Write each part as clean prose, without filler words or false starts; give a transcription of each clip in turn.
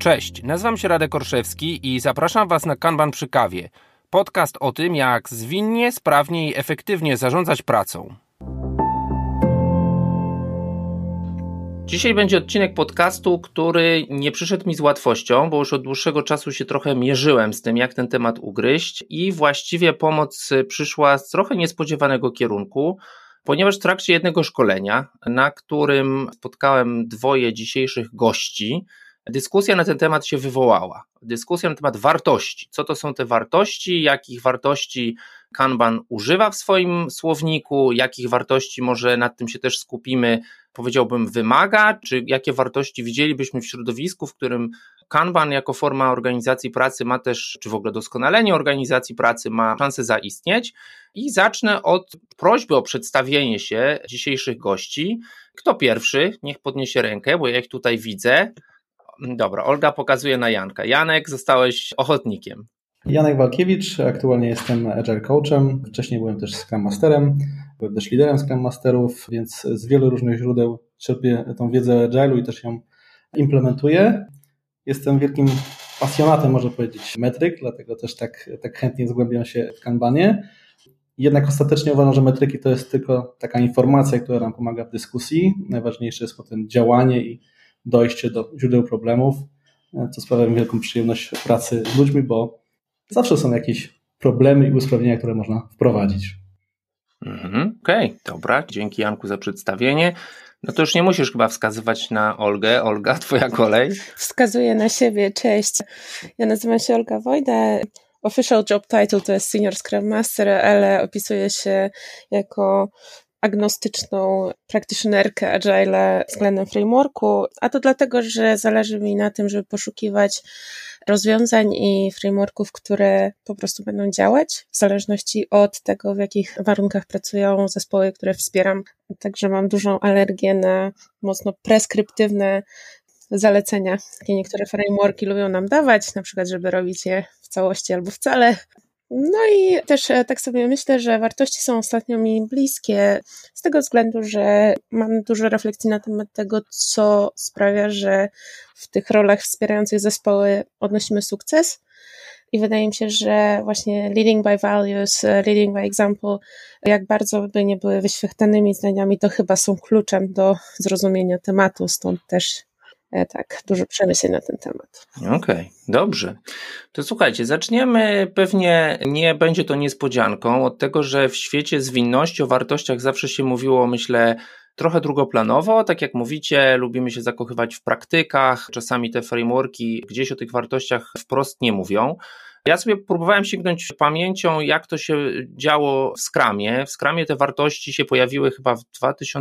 Cześć, nazywam się Radek Orszewski i zapraszam Was na Kanban przy kawie. Podcast o tym, jak zwinnie, sprawnie i efektywnie zarządzać pracą. Dzisiaj będzie odcinek podcastu, który nie przyszedł mi z łatwością, bo już od dłuższego czasu się trochę mierzyłem z tym, jak ten temat ugryźć i właściwie pomoc przyszła z trochę niespodziewanego kierunku, ponieważ w trakcie jednego szkolenia, na którym spotkałem dwoje dzisiejszych gości, dyskusja na ten temat się wywołała. Dyskusja na temat wartości. Co to są te wartości, jakich wartości Kanban używa w swoim słowniku, jakich wartości może nad tym się też skupimy, powiedziałbym, wymaga, czy jakie wartości widzielibyśmy w środowisku, w którym Kanban jako forma organizacji pracy ma też, czy w ogóle doskonalenie organizacji pracy ma szansę zaistnieć. I zacznę od prośby o przedstawienie się dzisiejszych gości. Kto pierwszy? Niech podniesie rękę, bo ja ich tutaj widzę. Dobra, Olga pokazuje na Janka. Janek, zostałeś ochotnikiem. Janek Walkiewicz, aktualnie jestem Agile Coachem, wcześniej byłem też Scrum Masterem, byłem też liderem Scrum Masterów, więc z wielu różnych źródeł czerpię tą wiedzę o Agile'u i też ją implementuję. Jestem wielkim pasjonatem, można powiedzieć, metryk, dlatego też tak chętnie zgłębiam się w Kanbanie. Jednak ostatecznie uważam, że metryki to jest tylko taka informacja, która nam pomaga w dyskusji. Najważniejsze jest potem działanie i dojście do źródeł problemów, co sprawia mi wielką przyjemność pracy z ludźmi, bo zawsze są jakieś problemy i usprawnienia, które można wprowadzić. Okej, dobra, dzięki Janku za przedstawienie. No to już nie musisz chyba wskazywać na Olgę. Olga, twoja kolej. Wskazuję na siebie, cześć. Ja nazywam się Olga Wojda. Official job title to jest Senior Scrum Master, ale opisuję się jako agnostyczną practitionerkę Agile względem frameworku, a to dlatego, że zależy mi na tym, żeby poszukiwać rozwiązań i frameworków, które po prostu będą działać w zależności od tego, w jakich warunkach pracują zespoły, które wspieram. Także mam dużą alergię na mocno preskryptywne zalecenia, jakie niektóre frameworki lubią nam dawać, na przykład, żeby robić je w całości albo wcale. No i też tak sobie myślę, że wartości są ostatnio mi bliskie z tego względu, że mam dużo refleksji na temat tego, co sprawia, że w tych rolach wspierających zespoły odnosimy sukces. I wydaje mi się, że właśnie leading by values, leading by example, jak bardzo by nie były wyświechtanymi zdaniami, to chyba są kluczem do zrozumienia tematu, stąd też tak, dużo przemyśleń na ten temat. Okej, dobrze. To słuchajcie, zaczniemy, pewnie nie będzie to niespodzianką, od tego, że w świecie zwinności o wartościach zawsze się mówiło, myślę, trochę drugoplanowo, tak jak mówicie, lubimy się zakochywać w praktykach, czasami te frameworki gdzieś o tych wartościach wprost nie mówią. Ja sobie próbowałem sięgnąć pamięcią, jak to się działo w Scrumie. W Scrumie te wartości się pojawiły chyba w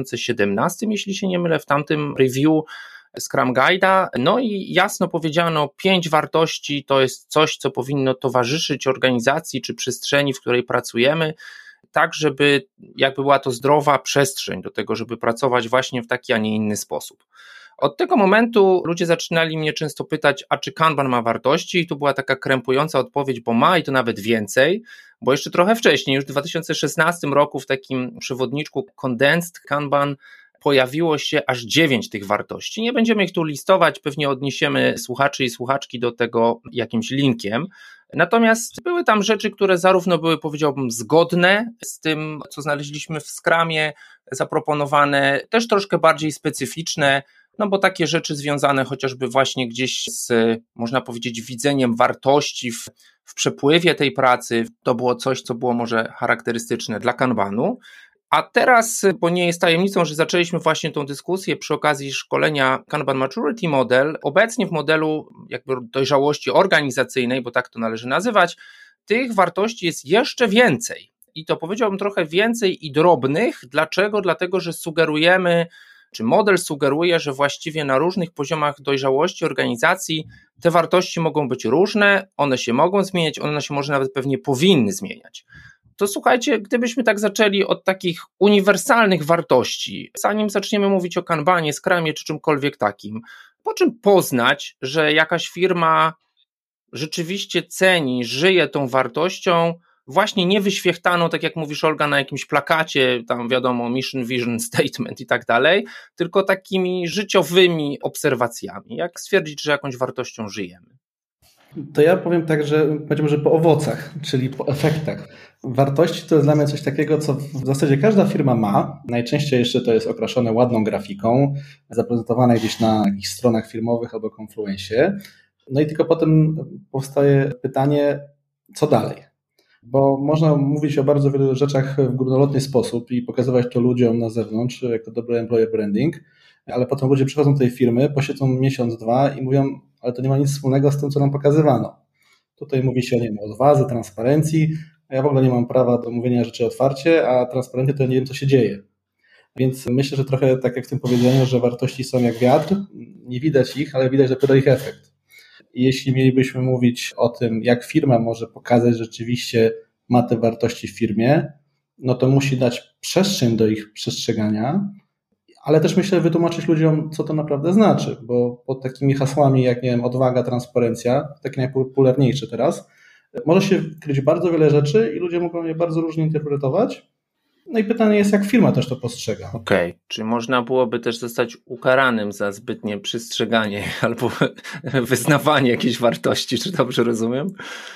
2017, jeśli się nie mylę, w tamtym review Scrum Guide'a, no i jasno powiedziano, 5 wartości to jest coś, co powinno towarzyszyć organizacji czy przestrzeni, w której pracujemy, tak żeby jakby była to zdrowa przestrzeń do tego, żeby pracować właśnie w taki, a nie inny sposób. Od tego momentu ludzie zaczynali mnie często pytać, a czy Kanban ma wartości? I tu była taka krępująca odpowiedź, bo ma i to nawet więcej, bo jeszcze trochę wcześniej, już w 2016 roku w takim przewodniczku Condensed Kanban pojawiło się aż 9 tych wartości. Nie będziemy ich tu listować, pewnie odniesiemy słuchaczy i słuchaczki do tego jakimś linkiem. Natomiast były tam rzeczy, które zarówno były, powiedziałbym, zgodne z tym, co znaleźliśmy w Scrumie, zaproponowane, też troszkę bardziej specyficzne, no bo takie rzeczy związane chociażby właśnie gdzieś z, można powiedzieć, widzeniem wartości w przepływie tej pracy, to było coś, co było może charakterystyczne dla Kanbanu. A teraz, bo nie jest tajemnicą, że zaczęliśmy właśnie tą dyskusję przy okazji szkolenia Kanban Maturity Model, obecnie w modelu jakby dojrzałości organizacyjnej, bo tak to należy nazywać, tych wartości jest jeszcze więcej. I to powiedziałbym trochę więcej i drobnych. Dlaczego? Dlatego, że sugerujemy, czy model sugeruje, że właściwie na różnych poziomach dojrzałości organizacji te wartości mogą być różne, one się mogą zmieniać, one się może nawet pewnie powinny zmieniać. To słuchajcie, gdybyśmy tak zaczęli od takich uniwersalnych wartości, zanim zaczniemy mówić o Kanbanie, Scrumie czy czymkolwiek takim, po czym poznać, że jakaś firma rzeczywiście ceni, żyje tą wartością, właśnie nie wyświechtaną, tak jak mówisz Olga, na jakimś plakacie, tam wiadomo, mission, vision, statement i tak dalej, tylko takimi życiowymi obserwacjami. Jak stwierdzić, że jakąś wartością żyjemy? To ja powiem tak, że powiedzmy, że po owocach, czyli po efektach. Wartości to jest dla mnie coś takiego, co w zasadzie każda firma ma. Najczęściej jeszcze to jest okraszone ładną grafiką, zaprezentowane gdzieś na jakichś stronach firmowych albo Confluencie. No i tylko potem powstaje pytanie, co dalej? Bo można mówić o bardzo wielu rzeczach w górnolotny sposób i pokazywać to ludziom na zewnątrz, jako dobry employer branding, ale potem ludzie przychodzą do tej firmy, posiedzą miesiąc, dwa i mówią, ale to nie ma nic wspólnego z tym, co nam pokazywano. Tutaj mówi się, nie wiem, o odwadze, transparencji, a ja w ogóle nie mam prawa do mówienia rzeczy otwarcie, a transparentnie to ja nie wiem, co się dzieje. Więc myślę, że trochę tak jak w tym powiedzeniu, że wartości są jak wiatr, nie widać ich, ale widać dopiero ich efekt. I jeśli mielibyśmy mówić o tym, jak firma może pokazać, że rzeczywiście ma te wartości w firmie, no to musi dać przestrzeń do ich przestrzegania, ale też myślę wytłumaczyć ludziom, co to naprawdę znaczy, bo pod takimi hasłami jak, nie wiem, odwaga, transparencja, takie najpopularniejsze teraz, może się kryć bardzo wiele rzeczy i ludzie mogą je bardzo różnie interpretować. No i pytanie jest, jak firma też to postrzega. Okej, czy można byłoby też zostać ukaranym za zbytnie przestrzeganie albo wyznawanie jakiejś wartości, czy dobrze rozumiem?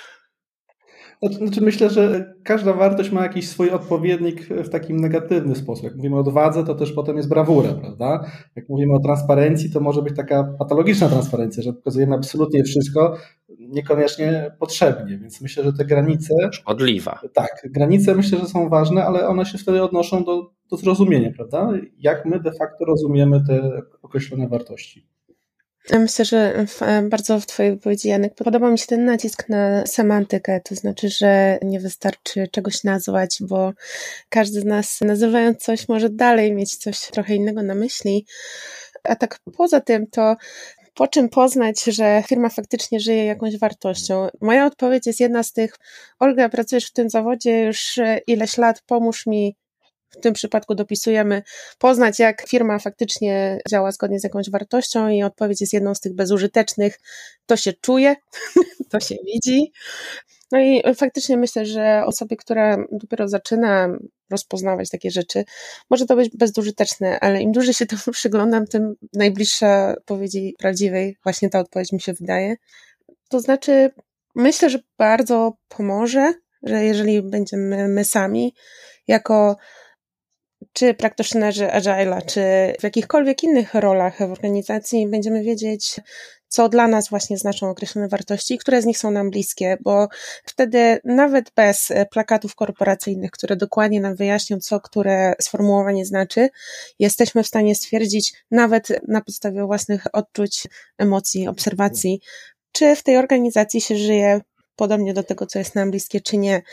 Znaczy myślę, że każda wartość ma jakiś swój odpowiednik w takim negatywny sposób. Jak mówimy o odwadze, to też potem jest brawura, prawda? Jak mówimy o transparencji, to może być taka patologiczna transparencja, że pokazujemy absolutnie wszystko, niekoniecznie potrzebnie, więc myślę, że te granice... Szkodliwa. Tak, granice myślę, że są ważne, ale one się wtedy odnoszą do zrozumienia, prawda? Jak my de facto rozumiemy te określone wartości. Myślę, że bardzo w Twojej wypowiedzi, Janek, podoba mi się ten nacisk na semantykę, to znaczy, że nie wystarczy czegoś nazwać, bo każdy z nas, nazywając coś, może dalej mieć coś trochę innego na myśli. A tak poza tym, to po czym poznać, że firma faktycznie żyje jakąś wartością? Moja odpowiedź jest jedna z tych: Olga, pracujesz w tym zawodzie już ileś lat, pomóż mi. W tym przypadku dopisujemy poznać, jak firma faktycznie działa zgodnie z jakąś wartością, i odpowiedź jest jedną z tych bezużytecznych. To się czuje, to się widzi. No i faktycznie myślę, że osobie, która dopiero zaczyna rozpoznawać takie rzeczy, może to być bezużyteczne, ale im dłużej się temu przyglądam, tym najbliższa odpowiedzi prawdziwej właśnie ta odpowiedź mi się wydaje. To znaczy, myślę, że bardzo pomoże, że jeżeli będziemy my sami, jako czy practitionerzy Agile'a, czy w jakichkolwiek innych rolach w organizacji, będziemy wiedzieć, co dla nas właśnie znaczą określone wartości, które z nich są nam bliskie, bo wtedy nawet bez plakatów korporacyjnych, które dokładnie nam wyjaśnią, co które sformułowanie znaczy, jesteśmy w stanie stwierdzić nawet na podstawie własnych odczuć, emocji, obserwacji, czy w tej organizacji się żyje podobnie do tego, co jest nam bliskie, czy nie.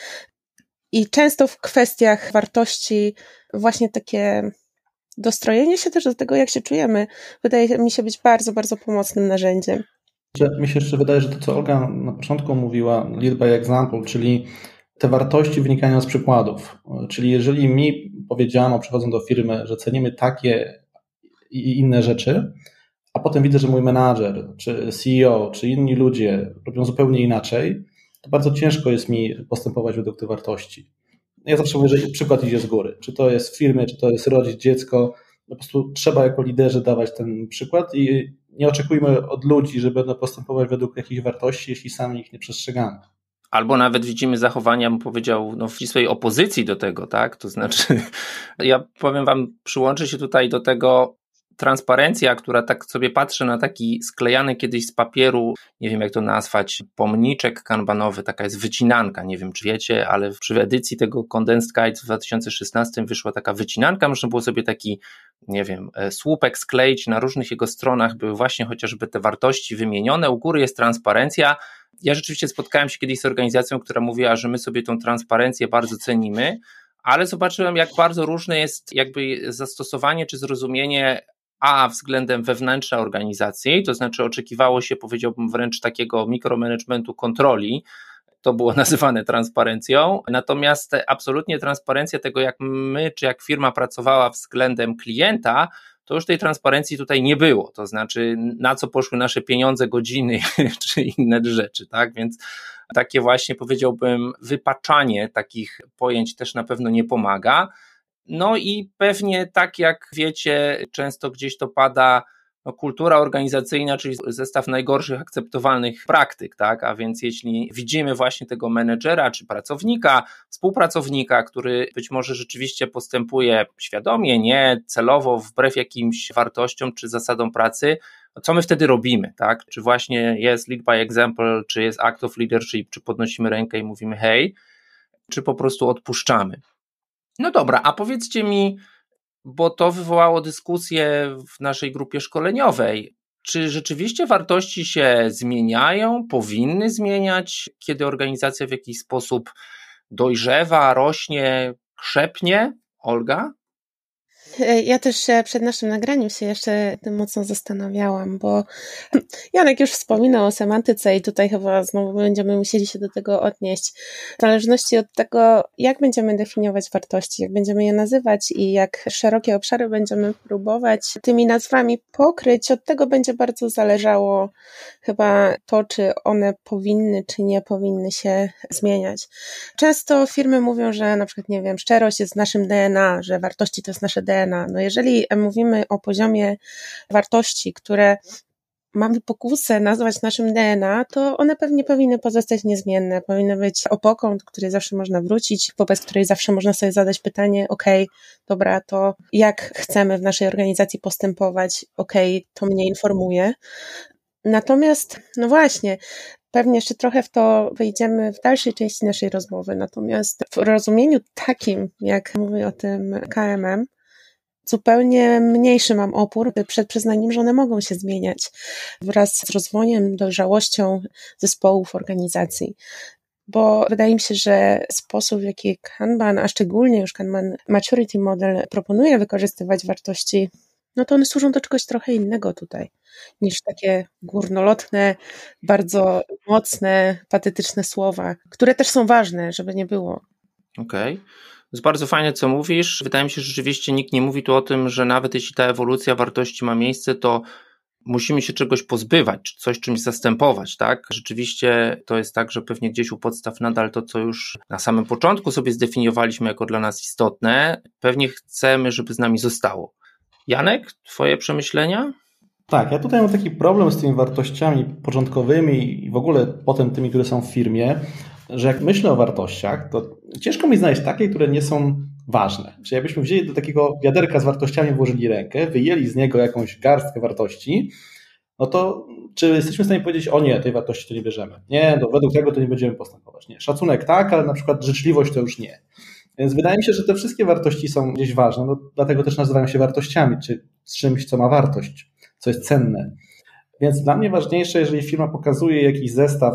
I często w kwestiach wartości właśnie takie dostrojenie się też do tego, jak się czujemy, wydaje mi się być bardzo, bardzo pomocnym narzędziem. Mi się jeszcze wydaje, że to, co Olga na początku mówiła, lead by example, czyli te wartości wynikają z przykładów. Czyli jeżeli mi powiedziano, przychodząc do firmy, że cenimy takie i inne rzeczy, a potem widzę, że mój menadżer, czy CEO, czy inni ludzie robią zupełnie inaczej, to bardzo ciężko jest mi postępować według tych wartości. Ja zawsze mówię, że przykład idzie z góry. Czy to jest w firmie, czy to jest rodzic, dziecko. Po prostu trzeba jako liderzy dawać ten przykład i nie oczekujmy od ludzi, że będą postępować według jakichś wartości, jeśli sami ich nie przestrzegamy. Albo nawet widzimy zachowania, bym powiedział, w ścisłej opozycji do tego, tak? To znaczy, ja powiem wam, przyłączę się tutaj do tego, transparencja, która tak sobie patrzy na taki sklejany kiedyś z papieru, nie wiem jak to nazwać, pomniczek kanbanowy, taka jest wycinanka, nie wiem czy wiecie, ale przy edycji tego Condensed Guide w 2016 wyszła taka wycinanka, można było sobie taki, nie wiem, słupek skleić, na różnych jego stronach były właśnie chociażby te wartości wymienione, u góry jest transparencja. Ja rzeczywiście spotkałem się kiedyś z organizacją, która mówiła, że my sobie tą transparencję bardzo cenimy, ale zobaczyłem, jak bardzo różne jest jakby zastosowanie czy zrozumienie względem wewnętrznej organizacji, to znaczy oczekiwało się, powiedziałbym, wręcz takiego mikromanagementu kontroli, to było nazywane transparencją, natomiast absolutnie transparencja tego, jak my, czy jak firma pracowała względem klienta, to już tej transparencji tutaj nie było, to znaczy na co poszły nasze pieniądze, godziny czy inne rzeczy, tak, więc takie właśnie powiedziałbym wypaczanie takich pojęć też na pewno nie pomaga. No i pewnie tak jak wiecie, często gdzieś to pada, kultura organizacyjna, czyli zestaw najgorszych akceptowalnych praktyk, tak? A więc jeśli widzimy właśnie tego menedżera czy pracownika, współpracownika, który być może rzeczywiście postępuje świadomie, nie celowo, wbrew jakimś wartościom czy zasadom pracy, co my wtedy robimy, tak? Czy właśnie jest lead by example, czy jest act of leadership, czy podnosimy rękę i mówimy hej, czy po prostu odpuszczamy. No dobra, a powiedzcie mi, bo to wywołało dyskusję w naszej grupie szkoleniowej, czy rzeczywiście wartości się zmieniają, powinny zmieniać, kiedy organizacja w jakiś sposób dojrzewa, rośnie, krzepnie? Olga? Ja też przed naszym nagraniem się jeszcze tym mocno zastanawiałam, bo Janek już wspominał o semantyce i tutaj chyba znowu będziemy musieli się do tego odnieść. W zależności od tego, jak będziemy definiować wartości, jak będziemy je nazywać i jak szerokie obszary będziemy próbować tymi nazwami pokryć, od tego będzie bardzo zależało chyba to, czy one powinny, czy nie powinny się zmieniać. Często firmy mówią, że na przykład, nie wiem, szczerość jest naszym DNA, że wartości to jest nasze DNA. No jeżeli mówimy o poziomie wartości, które mamy pokusę nazwać naszym DNA, to one pewnie powinny pozostać niezmienne, powinny być opoką, do której zawsze można wrócić, wobec której zawsze można sobie zadać pytanie, dobra, to jak chcemy w naszej organizacji postępować, to mnie informuje. Natomiast, no właśnie, pewnie jeszcze trochę w to wejdziemy w dalszej części naszej rozmowy, natomiast w rozumieniu takim, jak mówię o tym KMM, zupełnie mniejszy mam opór przed przyznaniem, że one mogą się zmieniać wraz z rozwojem, dojrzałością zespołów, organizacji. Bo wydaje mi się, że sposób, w jaki Kanban, a szczególnie już Kanban Maturity Model proponuje wykorzystywać wartości, no to one służą do czegoś trochę innego tutaj, niż takie górnolotne, bardzo mocne, patetyczne słowa, które też są ważne, żeby nie było. Okej. To jest bardzo fajne, co mówisz. Wydaje mi się, że rzeczywiście nikt nie mówi tu o tym, że nawet jeśli ta ewolucja wartości ma miejsce, to musimy się czegoś pozbywać, czy coś czymś zastępować, tak? Rzeczywiście to jest tak, że pewnie gdzieś u podstaw nadal to, co już na samym początku sobie zdefiniowaliśmy jako dla nas istotne, pewnie chcemy, żeby z nami zostało. Janek, twoje przemyślenia? Tak, ja tutaj mam taki problem z tymi wartościami początkowymi i w ogóle potem tymi, które są w firmie, że jak myślę o wartościach, to ciężko mi znaleźć takie, które nie są ważne. Czyli jakbyśmy wzięli do takiego wiaderka z wartościami, włożyli rękę, wyjęli z niego jakąś garstkę wartości, no to czy jesteśmy w stanie powiedzieć, o nie, tej wartości to nie bierzemy. Nie, według tego to nie będziemy postępować. Nie, szacunek tak, ale na przykład życzliwość to już nie. Więc wydaje mi się, że te wszystkie wartości są gdzieś ważne, no dlatego też nazywają się wartościami, czy z czymś, co ma wartość, co jest cenne. Więc dla mnie ważniejsze, jeżeli firma pokazuje jakiś zestaw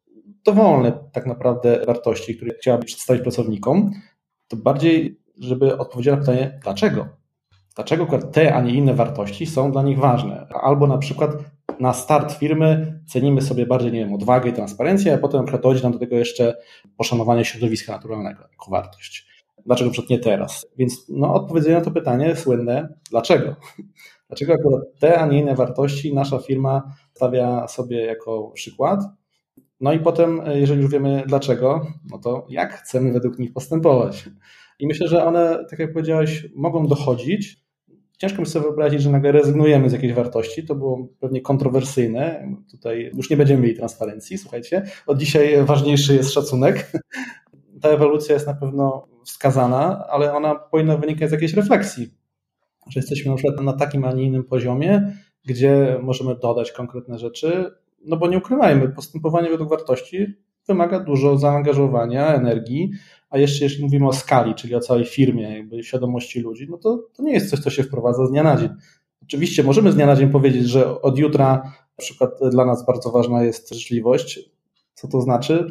dowolny tak naprawdę wartości, które chciałaby przedstawić pracownikom, to bardziej, żeby odpowiedzieć na pytanie, dlaczego? Dlaczego akurat te, a nie inne wartości są dla nich ważne? Albo na przykład na start firmy cenimy sobie bardziej, nie wiem, odwagę i transparencję, a potem na przykład dojdzie nam do tego jeszcze poszanowanie środowiska naturalnego jako wartość. Dlaczego na przykład nie teraz? Więc odpowiedzenie na to pytanie słynne, dlaczego? Dlaczego akurat te, a nie inne wartości nasza firma stawia sobie jako przykład? No i potem, jeżeli już wiemy dlaczego, no to jak chcemy według nich postępować? I myślę, że one, tak jak powiedziałeś, mogą dochodzić. Ciężko mi sobie wyobrazić, że nagle rezygnujemy z jakiejś wartości. To było pewnie kontrowersyjne. Tutaj już nie będziemy mieli transparencji, słuchajcie. Od dzisiaj ważniejszy jest szacunek. Ta ewolucja jest na pewno wskazana, ale ona powinna wynikać z jakiejś refleksji. Że jesteśmy na przykład na takim, a nie innym poziomie, gdzie możemy dodać konkretne rzeczy, no bo nie ukrywajmy, postępowanie według wartości wymaga dużo zaangażowania, energii, a jeszcze jeśli mówimy o skali, czyli o całej firmie, jakby świadomości ludzi, no to nie jest coś, co się wprowadza z dnia na dzień. Oczywiście możemy z dnia na dzień powiedzieć, że od jutra na przykład dla nas bardzo ważna jest życzliwość. Co to znaczy?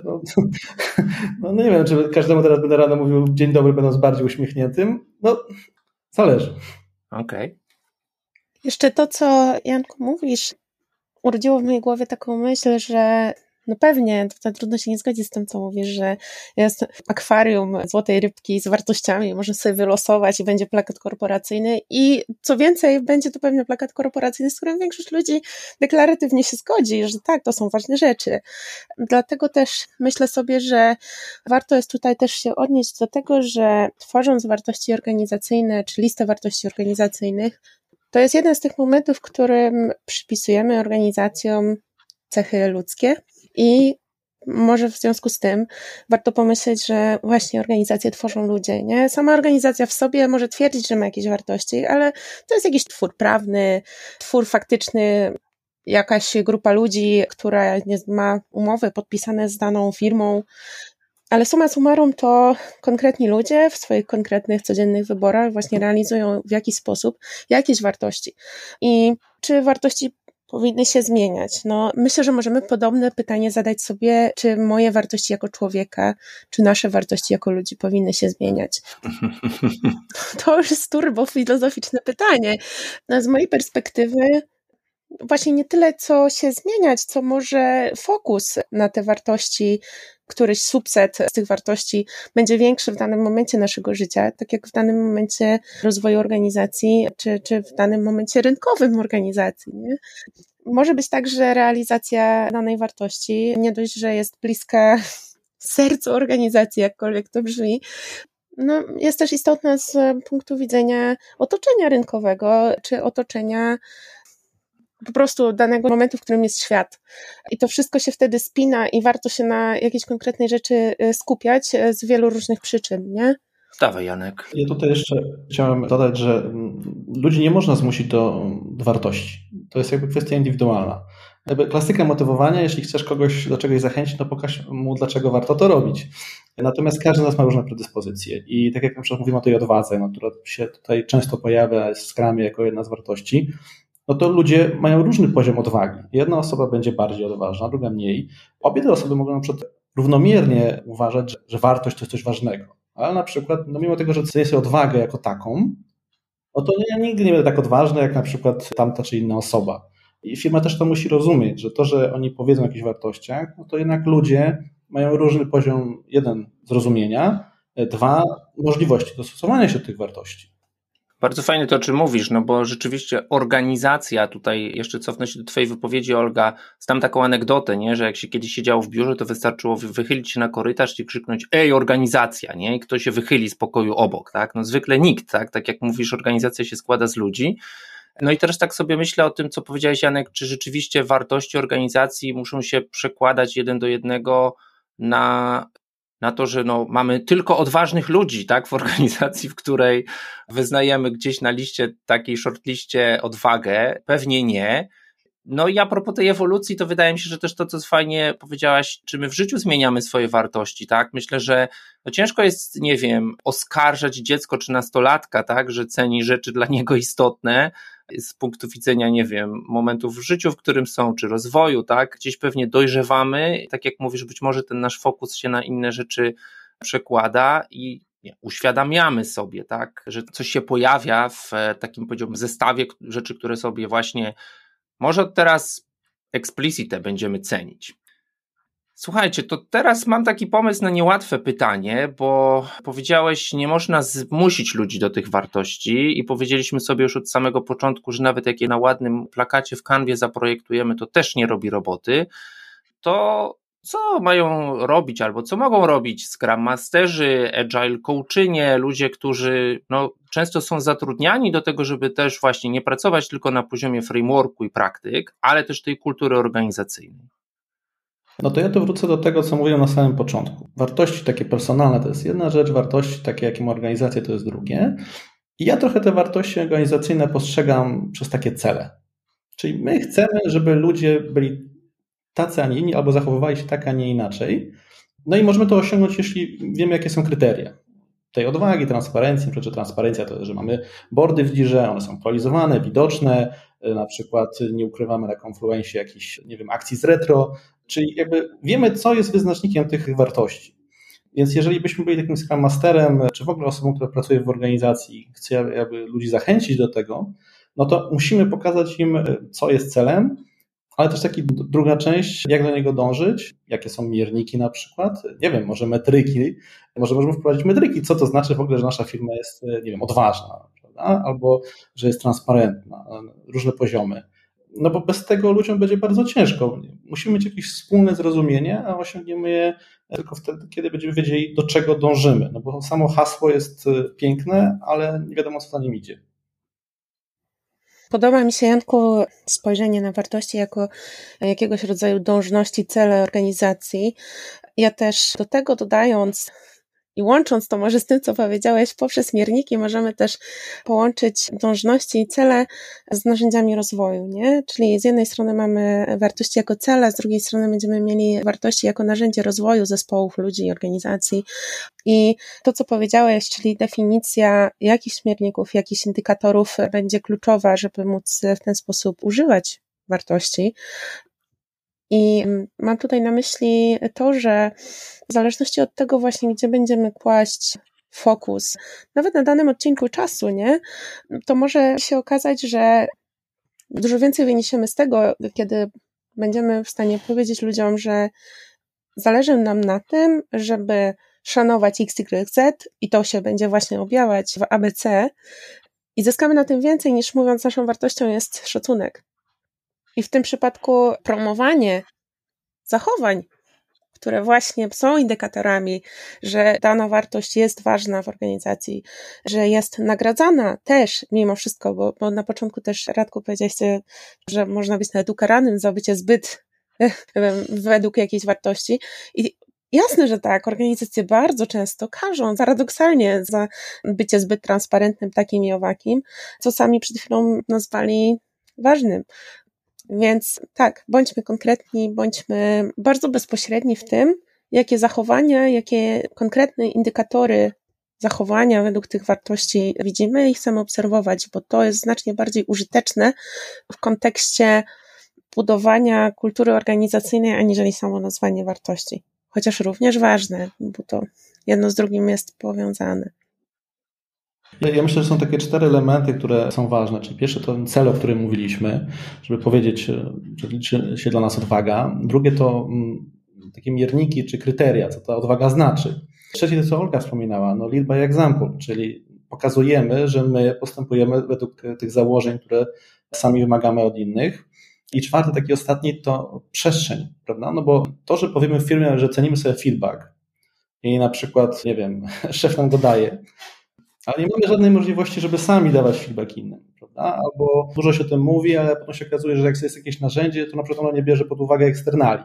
No nie wiem, czy każdemu teraz będę rano mówił dzień dobry, będąc bardziej uśmiechniętym. No, zależy. Okej. Jeszcze to, co Janku mówisz, urodziło w mojej głowie taką myśl, że No pewnie, to trudno się nie zgodzić z tym, co mówisz, że jest akwarium złotej rybki z wartościami, można sobie wylosować i będzie plakat korporacyjny i co więcej, będzie to pewnie plakat korporacyjny, z którym większość ludzi deklaratywnie się zgodzi, że tak, to są ważne rzeczy. Dlatego też myślę sobie, że warto jest tutaj też się odnieść do tego, że tworząc wartości organizacyjne, czy listę wartości organizacyjnych, to jest jeden z tych momentów, w którym przypisujemy organizacjom cechy ludzkie i może w związku z tym warto pomyśleć, że właśnie organizacje tworzą ludzie, nie? Sama organizacja w sobie może twierdzić, że ma jakieś wartości, ale to jest jakiś twór prawny, twór faktyczny, jakaś grupa ludzi, która ma umowy podpisane z daną firmą, ale summa summarum to konkretni ludzie w swoich konkretnych, codziennych wyborach właśnie realizują w jakiś sposób jakieś wartości. I czy wartości powinny się zmieniać? No, myślę, że możemy podobne pytanie zadać sobie, czy moje wartości jako człowieka, czy nasze wartości jako ludzi powinny się zmieniać? To już jest turbo filozoficzne pytanie. No, z mojej perspektywy właśnie nie tyle, co się zmieniać, co może fokus na te wartości, któryś subset z tych wartości będzie większy w danym momencie naszego życia, tak jak w danym momencie rozwoju organizacji, czy w danym momencie rynkowym organizacji, nie? Może być tak, że realizacja danej wartości nie dość, że jest bliska sercu organizacji, jakkolwiek to brzmi, no, jest też istotna z punktu widzenia otoczenia rynkowego, czy otoczenia po prostu danego momentu, w którym jest świat. I to wszystko się wtedy spina i warto się na jakiejś konkretnej rzeczy skupiać z wielu różnych przyczyn, nie? Dawaj, Janek. Ja tutaj jeszcze chciałem dodać, że ludzi nie można zmusić do wartości. To jest jakby kwestia indywidualna. Jakby klasyka motywowania, jeśli chcesz kogoś do czegoś zachęcić, to pokaż mu, dlaczego warto to robić. Natomiast każdy z nas ma różne predyspozycje i tak jak na przykład mówimy o tej odwadze, no, która się tutaj często pojawia w Scrumie jako jedna z wartości, no to ludzie mają różny poziom odwagi. Jedna osoba będzie bardziej odważna, druga mniej. Obie te osoby mogą na przykład równomiernie uważać, że wartość to jest coś ważnego. Ale na przykład, no mimo tego, że cenię sobie odwagę jako taką, no to ja nigdy nie będę tak odważny, jak na przykład tamta czy inna osoba. I firma też to musi rozumieć, że to, że oni powiedzą o jakichś wartościach, no to jednak ludzie mają różny poziom, jeden, zrozumienia, dwa, możliwości dostosowania się do tych wartości. Bardzo fajnie to, o czym mówisz, no bo rzeczywiście organizacja, tutaj jeszcze cofnę się do twojej wypowiedzi, Olga, znam taką anegdotę, nie, że jak się kiedyś siedziało w biurze, to wystarczyło wychylić się na korytarz i krzyknąć: ej, organizacja, nie, i kto się wychyli z pokoju obok, tak, no zwykle nikt, tak jak mówisz, organizacja się składa z ludzi. No i teraz tak sobie myślę o tym, co powiedziałeś, Janek, czy rzeczywiście wartości organizacji muszą się przekładać 1:1 na to, że no, mamy tylko odważnych ludzi, tak, w organizacji, w której wyznajemy gdzieś na liście, takiej shortliście odwagę, pewnie nie. No i a propos tej ewolucji, to wydaje mi się, że też to, co fajnie powiedziałaś, czy my w życiu zmieniamy swoje wartości, tak? Myślę, że no ciężko jest, nie wiem, oskarżać dziecko czy nastolatka, tak, że ceni rzeczy dla niego istotne z punktu widzenia, nie wiem, momentów w życiu, w którym są, czy rozwoju, tak? Gdzieś pewnie dojrzewamy, tak jak mówisz, być może ten nasz fokus się na inne rzeczy przekłada i uświadamiamy sobie, tak, że coś się pojawia w takim, powiedziałbym, zestawie rzeczy, które sobie właśnie może od teraz explicite będziemy cenić. Słuchajcie, to teraz mam taki pomysł na niełatwe pytanie, bo powiedziałeś, nie można zmusić ludzi do tych wartości i powiedzieliśmy sobie już od samego początku, że nawet jak je na ładnym plakacie w Canwie zaprojektujemy, to też nie robi roboty. To co mają robić albo co mogą robić Scrum Masterzy, Agile Coachynie, ludzie, którzy no, często są zatrudniani do tego, żeby też właśnie nie pracować tylko na poziomie frameworku i praktyk, ale też tej kultury organizacyjnej? No to ja tu wrócę do tego, co mówiłem na samym początku. Wartości takie personalne to jest jedna rzecz, wartości takie, jakie ma organizacja, to jest drugie. I ja trochę te wartości organizacyjne postrzegam przez takie cele. Czyli my chcemy, żeby ludzie byli tacy, a nie inni, albo zachowywali się tak, a nie inaczej. No i możemy to osiągnąć, jeśli wiemy, jakie są kryteria tej odwagi, transparencji. Przecież transparencja to, że mamy boardy w Jirze, one są aktualizowane, widoczne, na przykład nie ukrywamy na Confluencie jakichś, nie wiem, akcji z retro, czyli jakby wiemy, co jest wyznacznikiem tych wartości. Więc jeżeli byśmy byli takim Scrum Masterem, czy w ogóle osobą, która pracuje w organizacji, chce jakby ludzi zachęcić do tego, no to musimy pokazać im, co jest celem, Ale też druga część, jak do niego dążyć, jakie są mierniki na przykład, nie wiem, może metryki, może możemy wprowadzić metryki, co to znaczy w ogóle, że nasza firma jest, nie wiem, odważna, prawda? Albo że jest transparentna, różne poziomy. No bo bez tego ludziom będzie bardzo ciężko. Musimy mieć jakieś wspólne zrozumienie, a osiągniemy je tylko wtedy, kiedy będziemy wiedzieli, do czego dążymy. No bo samo hasło jest piękne, ale nie wiadomo, co za nim idzie. Podoba mi się, Janku, spojrzenie na wartości jako jakiegoś rodzaju dążności, cele organizacji. Ja też do tego dodając i łącząc to może z tym, co powiedziałeś, poprzez mierniki możemy też połączyć dążności i cele z narzędziami rozwoju, nie? Czyli z jednej strony mamy wartości jako cele, z drugiej strony będziemy mieli wartości jako narzędzie rozwoju zespołów, ludzi, organizacji. I to, co powiedziałeś, czyli definicja jakichś mierników, jakichś indykatorów będzie kluczowa, żeby móc w ten sposób używać wartości. I mam tutaj na myśli to, że w zależności od tego właśnie, gdzie będziemy kłaść fokus, nawet na danym odcinku czasu, nie? To może się okazać, że dużo więcej wyniesiemy z tego, kiedy będziemy w stanie powiedzieć ludziom, że zależy nam na tym, żeby szanować XYZ i to się będzie właśnie objawiać w ABC i zyskamy na tym więcej niż mówiąc naszą wartością jest szacunek. I w tym przypadku promowanie zachowań, które właśnie są indykatorami, że dana wartość jest ważna w organizacji, że jest nagradzana też mimo wszystko, bo na początku też, Radku, powiedziałeś, że można być nawet ukaranym za bycie zbyt według jakiejś wartości. I jasne, że tak, organizacje bardzo często karzą paradoksalnie za bycie zbyt transparentnym, takim i owakim, co sami przed chwilą nazwali ważnym. Więc tak, bądźmy konkretni, bądźmy bardzo bezpośredni w tym, jakie zachowania, jakie konkretne indykatory zachowania według tych wartości widzimy i chcemy obserwować, bo to jest znacznie bardziej użyteczne w kontekście budowania kultury organizacyjnej, aniżeli samo nazwanie wartości. Chociaż również ważne, bo to jedno z drugim jest powiązane. Ja myślę, że są takie 4 elementy, które są ważne. Czyli pierwsze to ten cel, o którym mówiliśmy, żeby powiedzieć, że liczy się dla nas odwaga. Drugie to takie mierniki czy kryteria, co ta odwaga znaczy. Trzecie to, co Olga wspominała, lead by example, czyli pokazujemy, że my postępujemy według tych założeń, które sami wymagamy od innych. I czwarty, taki ostatni, to przestrzeń, prawda? No bo to, że powiemy w firmie, że cenimy sobie feedback i na przykład, nie wiem, szef nam go daje, ale nie mamy żadnej możliwości, żeby sami dawać feedback innym, prawda? Albo dużo się o tym mówi, ale potem się okazuje, że jak jest jakieś narzędzie, to na przykład ono nie bierze pod uwagę eksternali.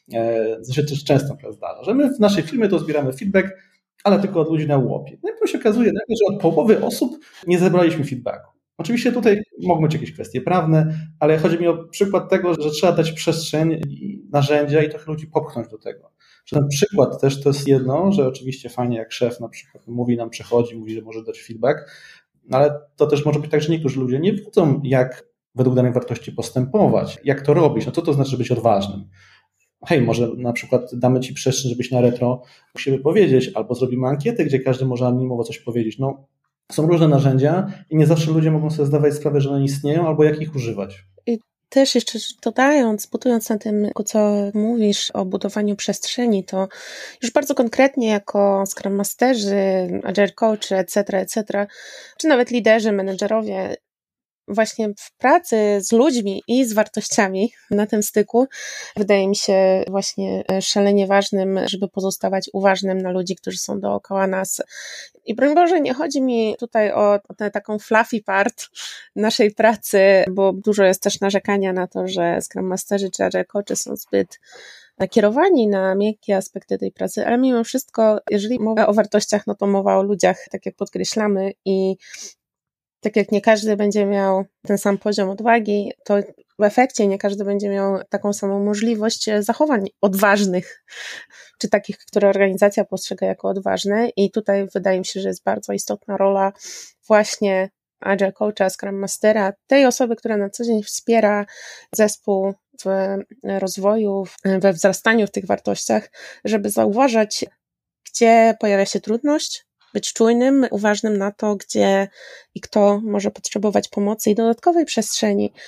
To się też często zdarza, że my w naszej firmie to zbieramy feedback, ale tylko od ludzi na łopie. No i potem się okazuje, że od połowy osób nie zebraliśmy feedbacku. Oczywiście tutaj mogą być jakieś kwestie prawne, ale chodzi mi o przykład tego, że trzeba dać przestrzeń i narzędzia i trochę ludzi popchnąć do tego. Że ten przykład też to jest jedno, że oczywiście fajnie jak szef na przykład mówi nam, przychodzi, mówi, że może dać feedback, ale to też może być tak, że niektórzy ludzie nie wiedzą, jak według danej wartości postępować, jak to robić, co to znaczy być odważnym. Hej, może na przykład damy ci przestrzeń, żebyś na retro mógł się wypowiedzieć, albo zrobimy ankietę, gdzie każdy może anonimowo coś powiedzieć. Są różne narzędzia i nie zawsze ludzie mogą sobie zdawać sprawę, że one istnieją, albo jak ich używać. I też jeszcze dodając, budując na tym, co mówisz o budowaniu przestrzeni, to już bardzo konkretnie jako Scrum Masterzy, Agile Coachy, etc., czy nawet liderzy, menedżerowie, właśnie w pracy z ludźmi i z wartościami na tym styku wydaje mi się właśnie szalenie ważnym, żeby pozostawać uważnym na ludzi, którzy są dookoła nas. I broń Boże, nie chodzi mi tutaj o tę taką fluffy part naszej pracy, bo dużo jest też narzekania na to, że Scrum Masterzy czy Agile Coachy są zbyt nakierowani na miękkie aspekty tej pracy, ale mimo wszystko, jeżeli mowa o wartościach, no to mowa o ludziach, tak jak podkreślamy, i tak jak nie każdy będzie miał ten sam poziom odwagi, to w efekcie nie każdy będzie miał taką samą możliwość zachowań odważnych, czy takich, które organizacja postrzega jako odważne. I tutaj wydaje mi się, że jest bardzo istotna rola właśnie Agile Coacha, Scrum Mastera, tej osoby, która na co dzień wspiera zespół w rozwoju, we wzrastaniu w tych wartościach, żeby zauważać, gdzie pojawia się trudność, być czujnym, uważnym na to, gdzie i kto może potrzebować pomocy i dodatkowej przestrzeni,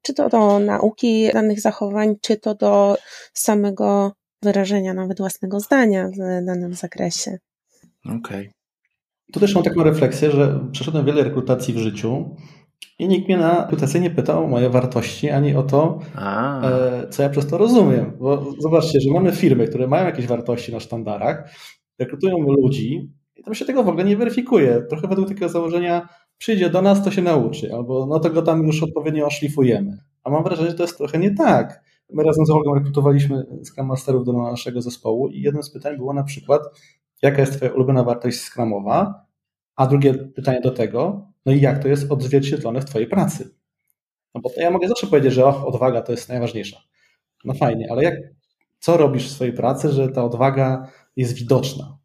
czy to do nauki danych zachowań, czy to do samego wyrażenia nawet własnego zdania w danym zakresie. Okej. Tu też mam taką refleksję, że przeszedłem wiele rekrutacji w życiu i nikt mnie na rekrutację nie pytał o moje wartości, ani o to, co ja przez to rozumiem. Bo zobaczcie, że mamy firmy, które mają jakieś wartości na sztandarach, rekrutują ludzi i tam się tego w ogóle nie weryfikuje. Trochę według takiego założenia przyjdzie do nas, to się nauczy, albo no to go tam już odpowiednio oszlifujemy. A mam wrażenie, że to jest trochę nie tak. My razem z Olgą rekrutowaliśmy Scrum Masterów do naszego zespołu i jednym z pytań było na przykład, jaka jest twoja ulubiona wartość Scrumowa, a drugie pytanie do tego, no i jak to jest odzwierciedlone w twojej pracy? No bo to ja mogę zawsze powiedzieć, że odwaga to jest najważniejsza. No fajnie, ale co robisz w swojej pracy, że ta odwaga jest widoczna?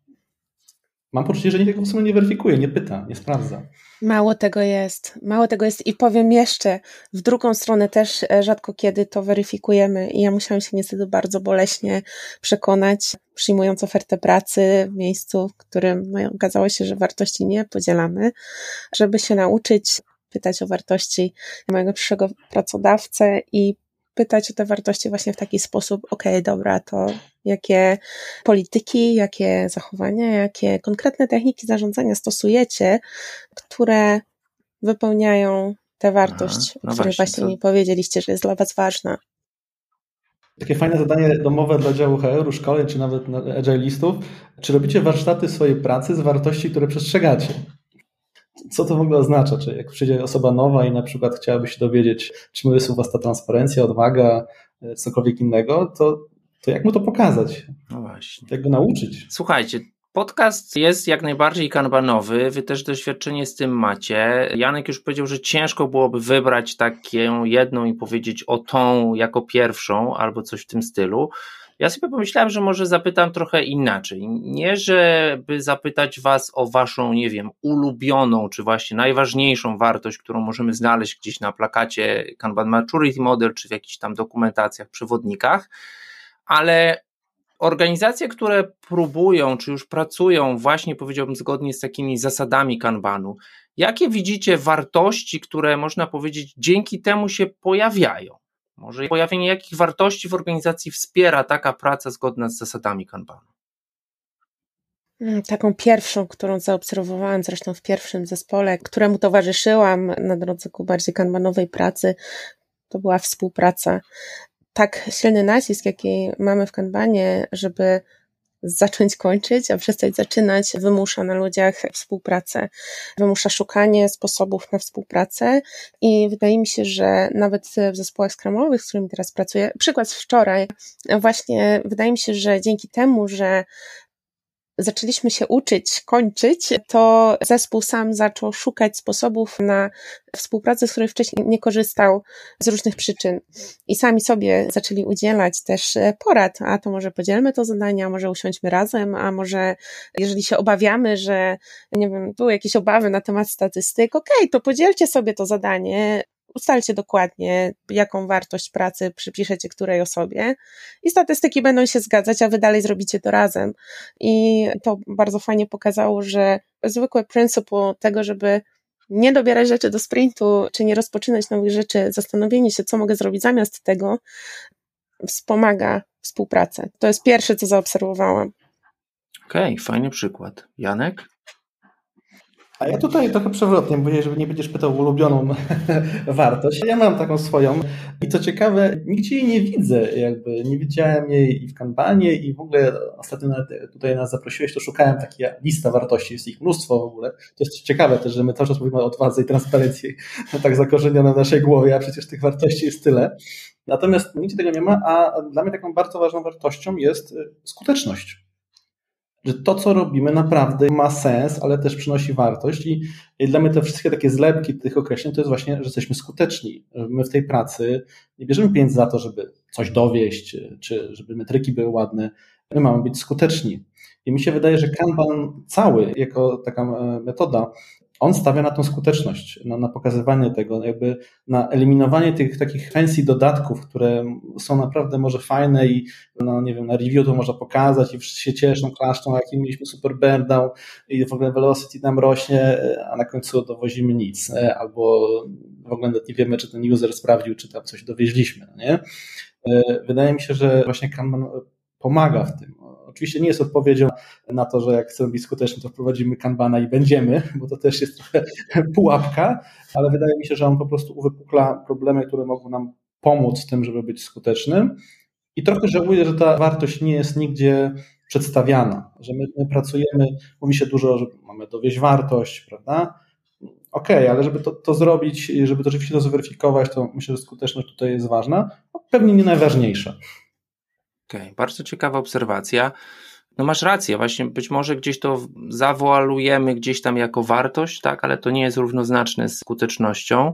Mam poczucie, że nikt tego w sumie nie weryfikuje, nie pyta, nie sprawdza. Mało tego jest i powiem jeszcze, w drugą stronę też rzadko kiedy to weryfikujemy i ja musiałam się niestety bardzo boleśnie przekonać, przyjmując ofertę pracy w miejscu, w którym okazało się, że wartości nie podzielamy, żeby się nauczyć pytać o wartości mojego przyszłego pracodawcę i pytać o te wartości właśnie w taki sposób, okej, dobra, to jakie polityki, jakie zachowania, jakie konkretne techniki zarządzania stosujecie, które wypełniają tę wartość, o której właśnie mi powiedzieliście, że jest dla was ważna. Takie fajne zadanie domowe dla działu HR-u, szkoleń, czy nawet agilistów. Czy robicie warsztaty swojej pracy z wartości, które przestrzegacie? Co to w ogóle oznacza? Czy jak przyjdzie osoba nowa i na przykład chciałaby się dowiedzieć, czym jest u was ta transparencja, odwaga, cokolwiek innego, to jak mu to pokazać? No właśnie. Jak go nauczyć? Słuchajcie, podcast jest jak najbardziej kanbanowy, wy też doświadczenie z tym macie. Janek już powiedział, że ciężko byłoby wybrać taką jedną i powiedzieć o tą jako pierwszą albo coś w tym stylu. Ja sobie pomyślałem, że może zapytam trochę inaczej. Nie, żeby zapytać was o waszą, nie wiem, ulubioną, czy właśnie najważniejszą wartość, którą możemy znaleźć gdzieś na plakacie Kanban Maturity Model, czy w jakichś tam dokumentacjach, przewodnikach, ale organizacje, które próbują, czy już pracują właśnie, powiedziałbym, zgodnie z takimi zasadami Kanbanu, jakie widzicie wartości, które można powiedzieć dzięki temu się pojawiają? Może pojawienie jakich wartości w organizacji wspiera taka praca zgodna z zasadami Kanbanu? Taką pierwszą, którą zaobserwowałam zresztą w pierwszym zespole, któremu towarzyszyłam na drodze ku bardziej kanbanowej pracy, to była współpraca. Tak silny nacisk, jaki mamy w Kanbanie, żeby zacząć kończyć, a przestać zaczynać, wymusza na ludziach współpracę, wymusza szukanie sposobów na współpracę i wydaje mi się, że nawet w zespołach scrumowych, z którymi teraz pracuję, przykład z wczoraj, właśnie wydaje mi się, że dzięki temu, że zaczęliśmy się uczyć, kończyć, to zespół sam zaczął szukać sposobów na współpracę, z której wcześniej nie korzystał z różnych przyczyn. I sami sobie zaczęli udzielać też porad, a to może podzielmy to zadanie, a może usiądźmy razem, a może jeżeli się obawiamy, że nie wiem, były jakieś obawy na temat statystyk, okej, to podzielcie sobie to zadanie, ustalcie dokładnie, jaką wartość pracy przypiszecie której osobie i statystyki będą się zgadzać, a wy dalej zrobicie to razem. I to bardzo fajnie pokazało, że zwykłe principle tego, żeby nie dobierać rzeczy do sprintu, czy nie rozpoczynać nowych rzeczy, zastanowienie się, co mogę zrobić zamiast tego, wspomaga współpracę. To jest pierwsze, co zaobserwowałam. Okej, fajny przykład. Janek? A ja tutaj trochę przewrotnie, bo żeby nie będziesz pytał o ulubioną wartość. Ja mam taką swoją i co ciekawe, nigdzie jej nie widzę, jakby nie widziałem jej i w Kanbanie i w ogóle ostatnio tutaj nas zaprosiłeś, to szukałem takiej lista wartości, jest ich mnóstwo w ogóle. To jest ciekawe też, że my cały czas mówimy o odwadze i transparencji, tak zakorzenione w naszej głowie, a przecież tych wartości jest tyle. Natomiast nigdzie tego nie ma, a dla mnie taką bardzo ważną wartością jest skuteczność. Że to, co robimy, naprawdę ma sens, ale też przynosi wartość i dla mnie te wszystkie takie zlepki tych określeń to jest właśnie, że jesteśmy skuteczni. My w tej pracy nie bierzemy pieniędzy za to, żeby coś dowieść, czy żeby metryki były ładne. My mamy być skuteczni. I mi się wydaje, że Kanban cały, jako taka metoda, on stawia na tą skuteczność, na pokazywanie tego, jakby na eliminowanie tych takich fancy dodatków, które są naprawdę może fajne i no nie wiem, na review to można pokazać i wszyscy się cieszą, klaszczą, jaki mieliśmy super burn down i w ogóle velocity nam rośnie, a na końcu dowozimy nic, albo w ogóle nie wiemy, czy ten user sprawdził, czy tam coś dowieźliśmy, nie? Wydaje mi się, że właśnie Kanban pomaga w tym. Oczywiście nie jest odpowiedzią na to, że jak chcemy być skuteczni, to wprowadzimy Kanbana i będziemy, bo to też jest trochę pułapka, ale wydaje mi się, że on po prostu uwypukla problemy, które mogą nam pomóc w tym, żeby być skutecznym. I trochę żałuję, że ta wartość nie jest nigdzie przedstawiana, że my pracujemy, mówi się dużo, że mamy dowieść wartość, prawda? Okej, ale żeby to zrobić, żeby to rzeczywiście to zweryfikować, to myślę, że skuteczność tutaj jest ważna, pewnie nie najważniejsza. Okej, bardzo ciekawa obserwacja. No masz rację, właśnie być może gdzieś to zawoalujemy gdzieś tam jako wartość, tak, ale to nie jest równoznaczne z skutecznością.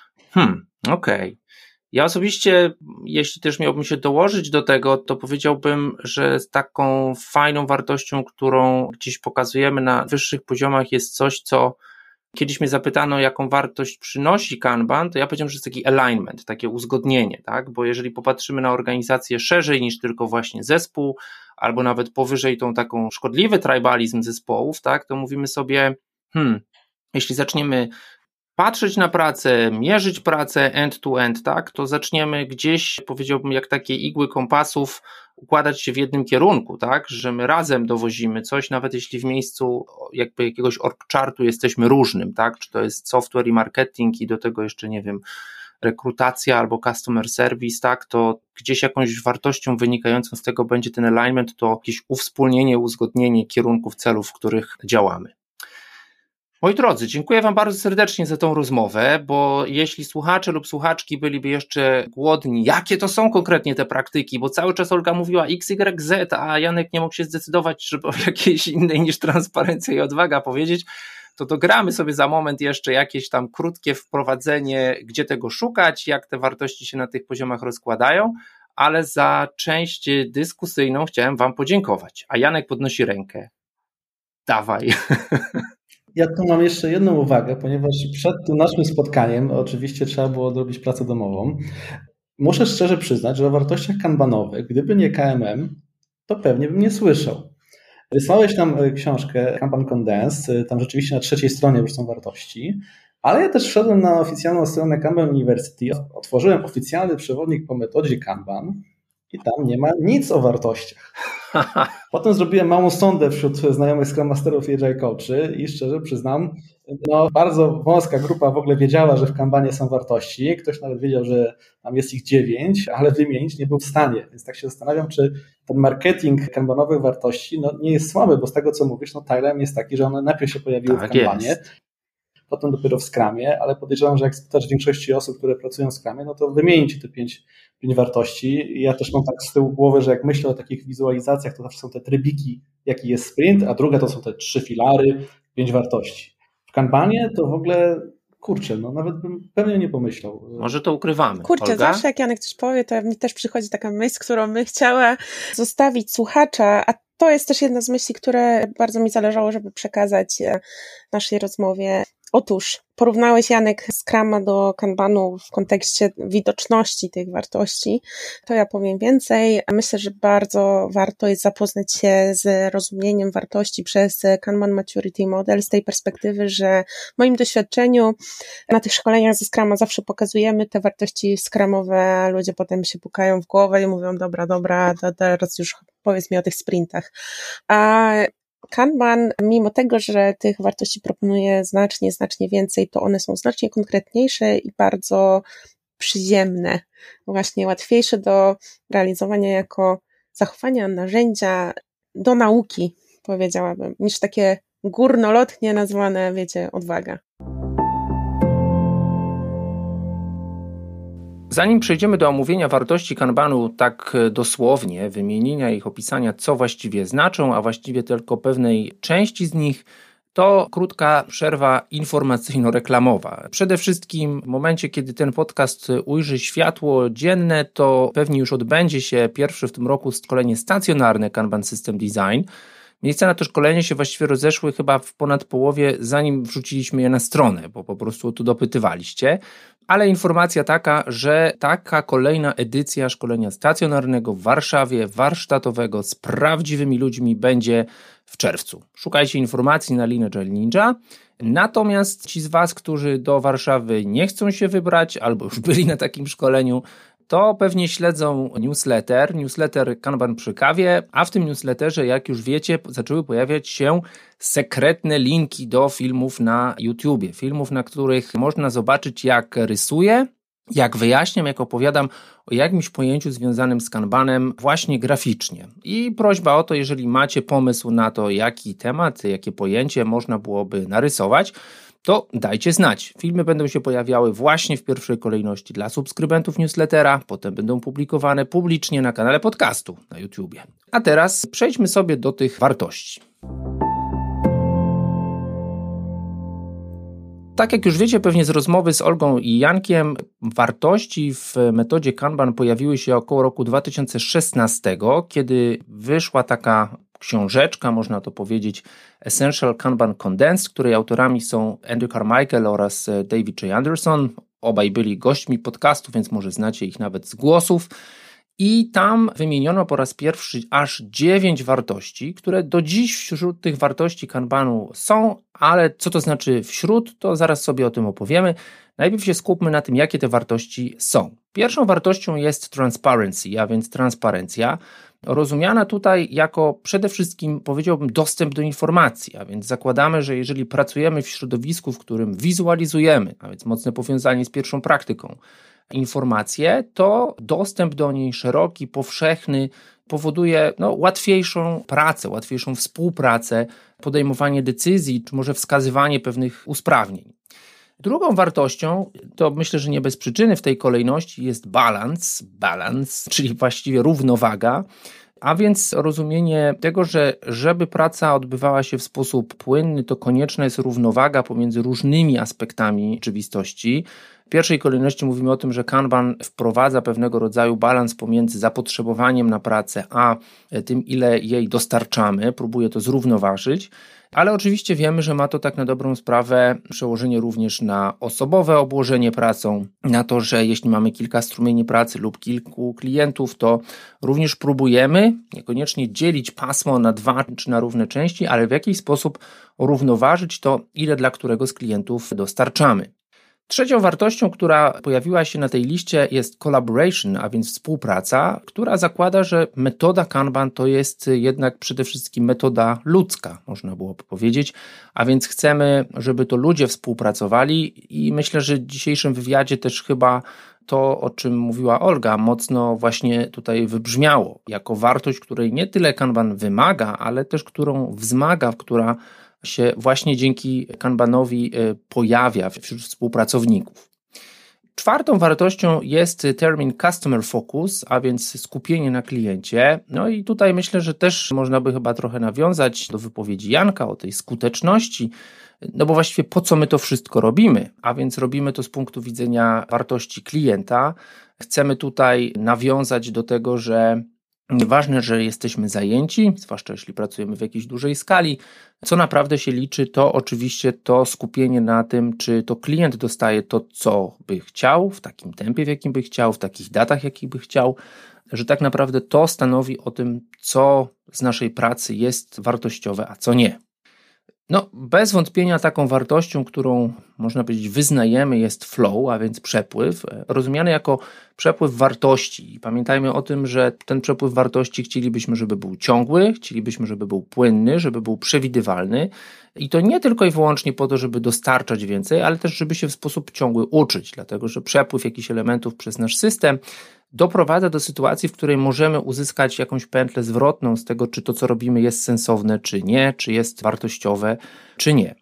Okej. Ja osobiście, jeśli też miałbym się dołożyć do tego, to powiedziałbym, że z taką fajną wartością, którą gdzieś pokazujemy na wyższych poziomach, jest coś, co kiedyś mnie zapytano, jaką wartość przynosi Kanban, to ja powiedziałem, że jest taki alignment, takie uzgodnienie, tak? Bo jeżeli popatrzymy na organizację szerzej niż tylko właśnie zespół, albo nawet powyżej tą taką szkodliwy tribalizm zespołów, tak? To mówimy sobie, jeśli zaczniemy patrzeć na pracę, mierzyć pracę end-to-end, tak, to zaczniemy gdzieś, powiedziałbym, jak takie igły kompasów układać się w jednym kierunku, tak, że my razem dowozimy coś, nawet jeśli w miejscu jakby jakiegoś org chartu jesteśmy różnym, tak, czy to jest software i marketing i do tego jeszcze, nie wiem, rekrutacja albo customer service, tak, to gdzieś jakąś wartością wynikającą z tego będzie ten alignment, to jakieś uwspólnienie, uzgodnienie kierunków, celów, w których działamy. Moi drodzy, dziękuję Wam bardzo serdecznie za tą rozmowę, bo jeśli słuchacze lub słuchaczki byliby jeszcze głodni, jakie to są konkretnie te praktyki, bo cały czas Olga mówiła X, Y, Z, a Janek nie mógł się zdecydować, żeby o jakiejś innej niż transparencja i odwaga powiedzieć, to dogramy sobie za moment jeszcze jakieś tam krótkie wprowadzenie, gdzie tego szukać, jak te wartości się na tych poziomach rozkładają, ale za część dyskusyjną chciałem Wam podziękować, a Janek podnosi rękę. Dawaj. Ja tu mam jeszcze jedną uwagę, ponieważ przed tym naszym spotkaniem oczywiście trzeba było odrobić pracę domową. Muszę szczerze przyznać, że o wartościach kanbanowych, gdyby nie KMM, to pewnie bym nie słyszał. Wysłałeś nam książkę Kanban Condensed, tam rzeczywiście na 3. stronie już są wartości, ale ja też wszedłem na oficjalną stronę Kanban University, otworzyłem oficjalny przewodnik po metodzie Kanban i tam nie ma nic o wartościach. Potem zrobiłem małą sondę wśród znajomych Scrum Masterów i Agile Coachy i szczerze przyznam, bardzo wąska grupa w ogóle wiedziała, że w Kanbanie są wartości. Ktoś nawet wiedział, że tam jest ich 9, ale wymienić nie był w stanie. Więc tak się zastanawiam, czy ten marketing kanbanowych wartości nie jest słaby, bo z tego co mówisz, TILEM jest taki, że one najpierw się pojawiły w Kanbanie, jest. Potem dopiero w Scrumie, ale podejrzewam, że jak spytasz większości osób, które pracują w Scrumie, to wymieni ci te 5 wartości. Ja też mam tak z tyłu głowy, że jak myślę o takich wizualizacjach, to zawsze są te trybiki, jaki jest sprint, a druga to są te 3 filary, 5 wartości. W Kanbanie to w ogóle, kurczę, nawet bym pewnie nie pomyślał. Może to ukrywamy. Kurczę, Olga? zawsze jak Janek coś powie, to mi też przychodzi taka myśl, którą bym chciała zostawić słuchacza, a to jest też jedna z myśli, które bardzo mi zależało, żeby przekazać w naszej rozmowie. Otóż porównałeś, Janek, Scruma do Kanbanu w kontekście widoczności tych wartości, to ja powiem więcej. Myślę, że bardzo warto jest zapoznać się z rozumieniem wartości przez Kanban Maturity Model z tej perspektywy, że w moim doświadczeniu na tych szkoleniach ze Scruma zawsze pokazujemy te wartości scrumowe, ludzie potem się pukają w głowę i mówią dobra, to teraz już powiedz mi o tych sprintach. A Kanban, mimo tego, że tych wartości proponuje znacznie więcej, to one są znacznie konkretniejsze i bardzo przyziemne, właśnie łatwiejsze do realizowania jako zachowania narzędzia do nauki, powiedziałabym, niż takie górnolotnie nazwane, odwaga. Zanim przejdziemy do omówienia wartości Kanbanu tak dosłownie, wymienienia ich, opisania, co właściwie znaczą, a właściwie tylko pewnej części z nich, to krótka przerwa informacyjno-reklamowa. Przede wszystkim w momencie, kiedy ten podcast ujrzy światło dzienne, to pewnie już odbędzie się pierwsze w tym roku szkolenie stacjonarne Kanban System Design. Miejsca na to szkolenie się właściwie rozeszły chyba w ponad połowie, zanim wrzuciliśmy je na stronę, bo po prostu o to dopytywaliście. Ale informacja taka, że taka kolejna edycja szkolenia stacjonarnego w Warszawie, warsztatowego, z prawdziwymi ludźmi będzie w czerwcu. Szukajcie informacji na Lean Agile Ninja. Natomiast ci z Was, którzy do Warszawy nie chcą się wybrać albo już byli na takim szkoleniu, to pewnie śledzą newsletter Kanban przy kawie, a w tym newsletterze, jak już wiecie, zaczęły pojawiać się sekretne linki do filmów na YouTubie. Filmów, na których można zobaczyć, jak rysuję, jak wyjaśniam, jak opowiadam o jakimś pojęciu związanym z Kanbanem właśnie graficznie. I prośba o to, jeżeli macie pomysł na to, jaki temat, jakie pojęcie można byłoby narysować, to dajcie znać. Filmy będą się pojawiały właśnie w pierwszej kolejności dla subskrybentów newslettera, potem będą publikowane publicznie na kanale podcastu na YouTubie. A teraz przejdźmy sobie do tych wartości. Tak jak już wiecie pewnie z rozmowy z Olgą i Jankiem, wartości w metodzie Kanban pojawiły się około roku 2016, kiedy wyszła taka książeczka, można to powiedzieć, Essential Kanban Condensed, której autorami są Andrew Carmichael oraz David J. Anderson. Obaj byli gośćmi podcastu, więc może znacie ich nawet z głosów. I tam wymieniono po raz pierwszy aż 9 wartości, które do dziś wśród tych wartości Kanbanu są, ale co to znaczy wśród, to zaraz sobie o tym opowiemy. Najpierw się skupmy na tym, jakie te wartości są. Pierwszą wartością jest transparency, a więc transparencja, rozumiana tutaj jako przede wszystkim, powiedziałbym, dostęp do informacji, a więc zakładamy, że jeżeli pracujemy w środowisku, w którym wizualizujemy, a więc mocne powiązanie z pierwszą praktyką, informacje, to dostęp do niej szeroki, powszechny powoduje łatwiejszą pracę, łatwiejszą współpracę, podejmowanie decyzji, czy może wskazywanie pewnych usprawnień. Drugą wartością, to myślę, że nie bez przyczyny w tej kolejności, jest balance, czyli właściwie równowaga, a więc rozumienie tego, że żeby praca odbywała się w sposób płynny, to konieczna jest równowaga pomiędzy różnymi aspektami rzeczywistości. W pierwszej kolejności mówimy o tym, że Kanban wprowadza pewnego rodzaju balans pomiędzy zapotrzebowaniem na pracę, a tym, ile jej dostarczamy, próbuje to zrównoważyć. Ale oczywiście wiemy, że ma to tak na dobrą sprawę przełożenie również na osobowe obłożenie pracą, na to, że jeśli mamy kilka strumieni pracy lub kilku klientów, to również próbujemy niekoniecznie dzielić pasmo na 2 czy na równe części, ale w jakiś sposób równoważyć to, ile dla którego z klientów dostarczamy. Trzecią wartością, która pojawiła się na tej liście, jest collaboration, a więc współpraca, która zakłada, że metoda Kanban to jest jednak przede wszystkim metoda ludzka, można byłoby powiedzieć, a więc chcemy, żeby to ludzie współpracowali i myślę, że w dzisiejszym wywiadzie też chyba to, o czym mówiła Olga, mocno właśnie tutaj wybrzmiało, jako wartość, której nie tyle Kanban wymaga, ale też którą wzmaga, która się właśnie dzięki Kanbanowi pojawia wśród współpracowników. Czwartą wartością jest termin customer focus, a więc skupienie na kliencie. No i tutaj myślę, że też można by chyba trochę nawiązać do wypowiedzi Janka o tej skuteczności, no bo właściwie po co my to wszystko robimy? A więc robimy to z punktu widzenia wartości klienta. Chcemy tutaj nawiązać do tego, że nieważne, że jesteśmy zajęci, zwłaszcza jeśli pracujemy w jakiejś dużej skali, co naprawdę się liczy, to oczywiście to skupienie na tym, czy to klient dostaje to, co by chciał, w takim tempie, w jakim by chciał, w takich datach, jakich by chciał, że tak naprawdę to stanowi o tym, co z naszej pracy jest wartościowe, a co nie. No, bez wątpienia taką wartością, którą można powiedzieć wyznajemy, jest flow, a więc przepływ, rozumiany jako przepływ wartości. I pamiętajmy o tym, że ten przepływ wartości chcielibyśmy, żeby był ciągły, chcielibyśmy, żeby był płynny, żeby był przewidywalny i to nie tylko i wyłącznie po to, żeby dostarczać więcej, ale też, żeby się w sposób ciągły uczyć, dlatego że przepływ jakichś elementów przez nasz system doprowadza do sytuacji, w której możemy uzyskać jakąś pętlę zwrotną z tego, czy to, co robimy, jest sensowne, czy nie, czy jest wartościowe, czy nie.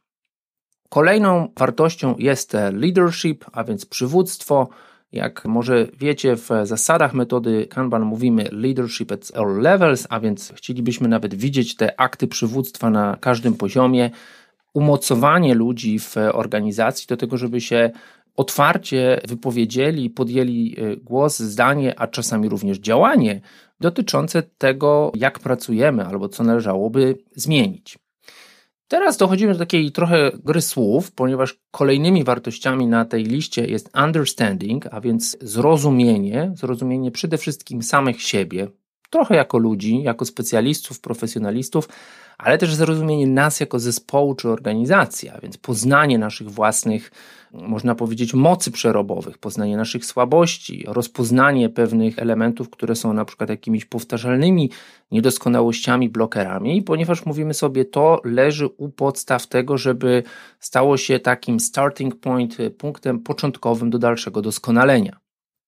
Kolejną wartością jest leadership, a więc przywództwo. Jak może wiecie, w zasadach metody Kanban mówimy leadership at all levels, a więc chcielibyśmy nawet widzieć te akty przywództwa na każdym poziomie, umocowanie ludzi w organizacji do tego, żeby się otwarcie wypowiedzieli, podjęli głos, zdanie, a czasami również działanie dotyczące tego, jak pracujemy albo co należałoby zmienić. Teraz dochodzimy do takiej trochę gry słów, ponieważ kolejnymi wartościami na tej liście jest understanding, a więc zrozumienie przede wszystkim samych siebie, trochę jako ludzi, jako specjalistów, profesjonalistów, ale też zrozumienie nas jako zespołu czy organizacji, a więc poznanie naszych własnych, można powiedzieć, mocy przerobowych, poznanie naszych słabości, rozpoznanie pewnych elementów, które są na przykład jakimiś powtarzalnymi niedoskonałościami, blokerami, ponieważ mówimy sobie, to leży u podstaw tego, żeby stało się takim starting point, punktem początkowym do dalszego doskonalenia.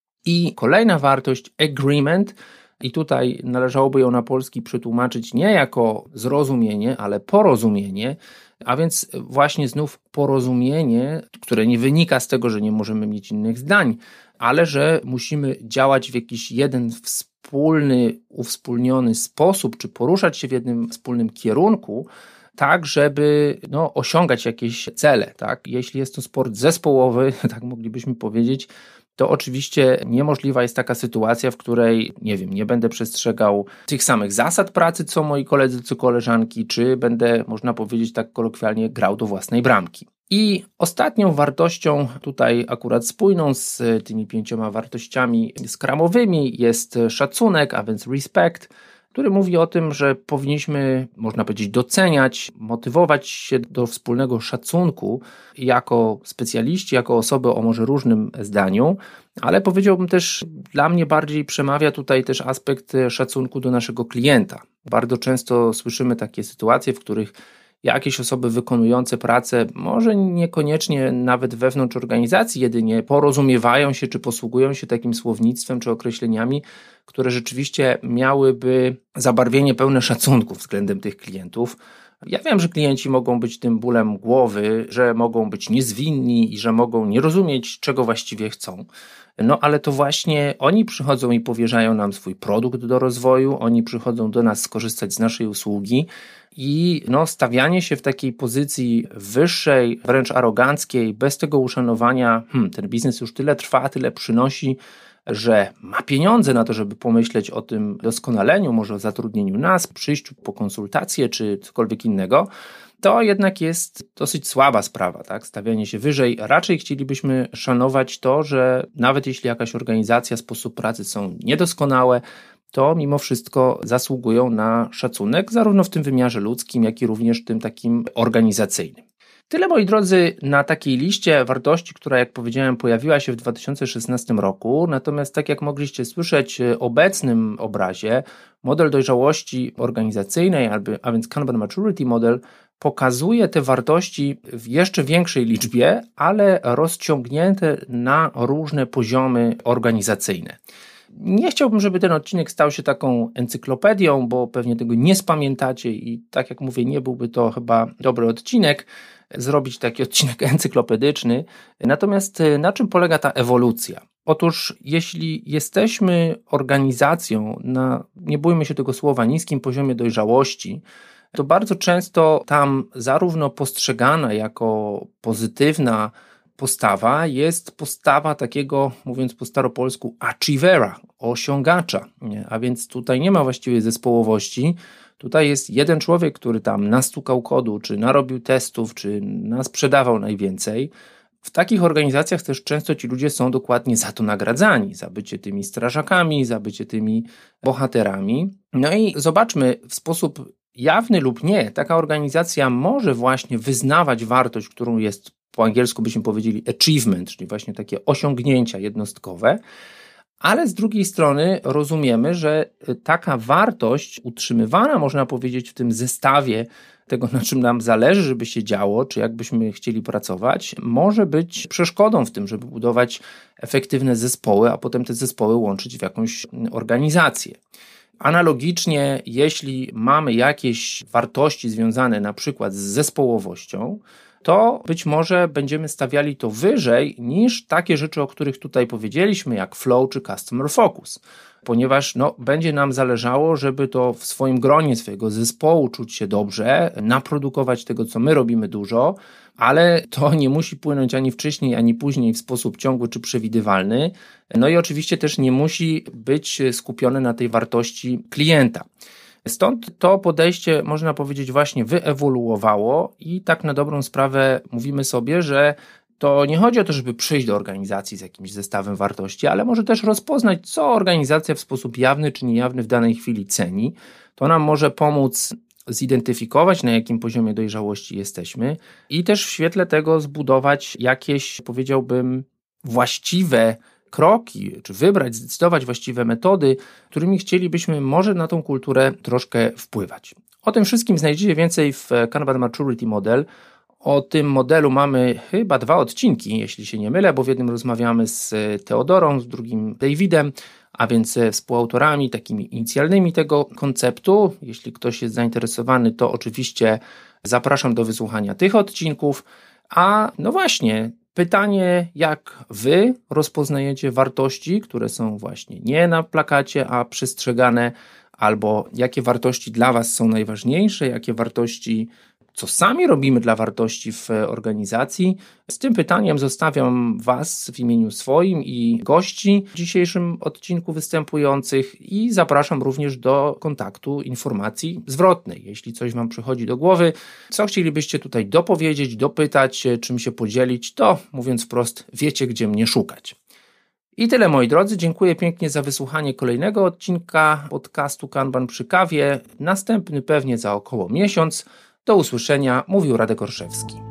I kolejna wartość, agreement, i tutaj należałoby ją na polski przetłumaczyć nie jako zrozumienie, ale porozumienie, a więc właśnie znów porozumienie, które nie wynika z tego, że nie możemy mieć innych zdań, ale że musimy działać w jakiś jeden wspólny, uwspólniony sposób, czy poruszać się w jednym wspólnym kierunku, tak, żeby osiągać jakieś cele. Tak? Jeśli jest to sport zespołowy, tak moglibyśmy powiedzieć, to oczywiście niemożliwa jest taka sytuacja, w której, nie będę przestrzegał tych samych zasad pracy, co moi koledzy, co koleżanki, czy będę, można powiedzieć tak kolokwialnie, grał do własnej bramki. I ostatnią wartością, tutaj akurat spójną z tymi 5 wartościami scrumowymi, jest szacunek, a więc respect, który mówi o tym, że powinniśmy, można powiedzieć, doceniać, motywować się do wspólnego szacunku jako specjaliści, jako osoby o może różnym zdaniu, ale powiedziałbym też, dla mnie bardziej przemawia tutaj też aspekt szacunku do naszego klienta. Bardzo często słyszymy takie sytuacje, w których jakieś osoby wykonujące pracę, może niekoniecznie nawet wewnątrz organizacji jedynie, porozumiewają się czy posługują się takim słownictwem czy określeniami, które rzeczywiście miałyby zabarwienie pełne szacunku względem tych klientów. Ja wiem, że klienci mogą być tym bólem głowy, że mogą być niezwinni i że mogą nie rozumieć, czego właściwie chcą. Ale to właśnie oni przychodzą i powierzają nam swój produkt do rozwoju, oni przychodzą do nas skorzystać z naszej usługi i stawianie się w takiej pozycji wyższej, wręcz aroganckiej, bez tego uszanowania, ten biznes już tyle trwa, tyle przynosi, że ma pieniądze na to, żeby pomyśleć o tym doskonaleniu, może o zatrudnieniu nas, przyjściu po konsultacje czy cokolwiek innego, to jednak jest dosyć słaba sprawa, tak? Stawianie się wyżej. Raczej chcielibyśmy szanować to, że nawet jeśli jakaś organizacja, sposób pracy są niedoskonałe, to mimo wszystko zasługują na szacunek, zarówno w tym wymiarze ludzkim, jak i również w tym takim organizacyjnym. Tyle, moi drodzy, na takiej liście wartości, która, jak powiedziałem, pojawiła się w 2016 roku. Natomiast, tak jak mogliście słyszeć, w obecnym obrazie model dojrzałości organizacyjnej, a więc Kanban Maturity Model, pokazuje te wartości w jeszcze większej liczbie, ale rozciągnięte na różne poziomy organizacyjne. Nie chciałbym, żeby ten odcinek stał się taką encyklopedią, bo pewnie tego nie spamiętacie i tak jak mówię, nie byłby to chyba dobry odcinek, zrobić taki odcinek encyklopedyczny. Natomiast na czym polega ta ewolucja? Otóż jeśli jesteśmy organizacją na, nie bójmy się tego słowa, niskim poziomie dojrzałości, to bardzo często tam zarówno postrzegana jako pozytywna postawa jest postawa takiego, mówiąc po staropolsku, achievera, osiągacza. A więc tutaj nie ma właściwej zespołowości. Tutaj jest jeden człowiek, który tam nastukał kodu, czy narobił testów, czy nasprzedawał najwięcej. W takich organizacjach też często ci ludzie są dokładnie za to nagradzani, za bycie tymi strażakami, za bycie tymi bohaterami. I zobaczmy, w sposób jawny lub nie, taka organizacja może właśnie wyznawać wartość, którą jest, po angielsku byśmy powiedzieli achievement, czyli właśnie takie osiągnięcia jednostkowe, ale z drugiej strony rozumiemy, że taka wartość utrzymywana, można powiedzieć, w tym zestawie tego, na czym nam zależy, żeby się działo, czy jak byśmy chcieli pracować, może być przeszkodą w tym, żeby budować efektywne zespoły, a potem te zespoły łączyć w jakąś organizację. Analogicznie, jeśli mamy jakieś wartości związane na przykład z zespołowością, to być może będziemy stawiali to wyżej niż takie rzeczy, o których tutaj powiedzieliśmy, jak flow czy customer focus, ponieważ będzie nam zależało, żeby to w swoim gronie, swojego zespołu czuć się dobrze, naprodukować tego, co my robimy dużo, ale to nie musi płynąć ani wcześniej, ani później w sposób ciągły czy przewidywalny. I oczywiście też nie musi być skupione na tej wartości klienta. Stąd to podejście, można powiedzieć, właśnie wyewoluowało i tak na dobrą sprawę mówimy sobie, że to nie chodzi o to, żeby przyjść do organizacji z jakimś zestawem wartości, ale może też rozpoznać, co organizacja w sposób jawny czy niejawny w danej chwili ceni. To nam może pomóc zidentyfikować, na jakim poziomie dojrzałości jesteśmy i też w świetle tego zbudować jakieś, powiedziałbym, właściwe kroki, czy wybrać, zdecydować właściwe metody, którymi chcielibyśmy może na tą kulturę troszkę wpływać. O tym wszystkim znajdziecie więcej w Kanban Maturity Model. O tym modelu mamy chyba 2 odcinki, jeśli się nie mylę, bo w jednym rozmawiamy z Teodorą, w drugim Davidem, a więc współautorami takimi inicjalnymi tego konceptu. Jeśli ktoś jest zainteresowany, to oczywiście zapraszam do wysłuchania tych odcinków. A no właśnie, pytanie, jak wy rozpoznajecie wartości, które są właśnie nie na plakacie, a przestrzegane, albo jakie wartości dla was są najważniejsze, jakie wartości, co sami robimy dla wartości w organizacji. Z tym pytaniem zostawiam was w imieniu swoim i gości w dzisiejszym odcinku występujących i zapraszam również do kontaktu informacji zwrotnej. Jeśli coś wam przychodzi do głowy, co chcielibyście tutaj dopowiedzieć, dopytać, czym się podzielić, to mówiąc wprost, wiecie, gdzie mnie szukać. I tyle, moi drodzy. Dziękuję pięknie za wysłuchanie kolejnego odcinka podcastu Kanban przy kawie. Następny pewnie za około miesiąc. Do usłyszenia, mówił Radek Orszewski.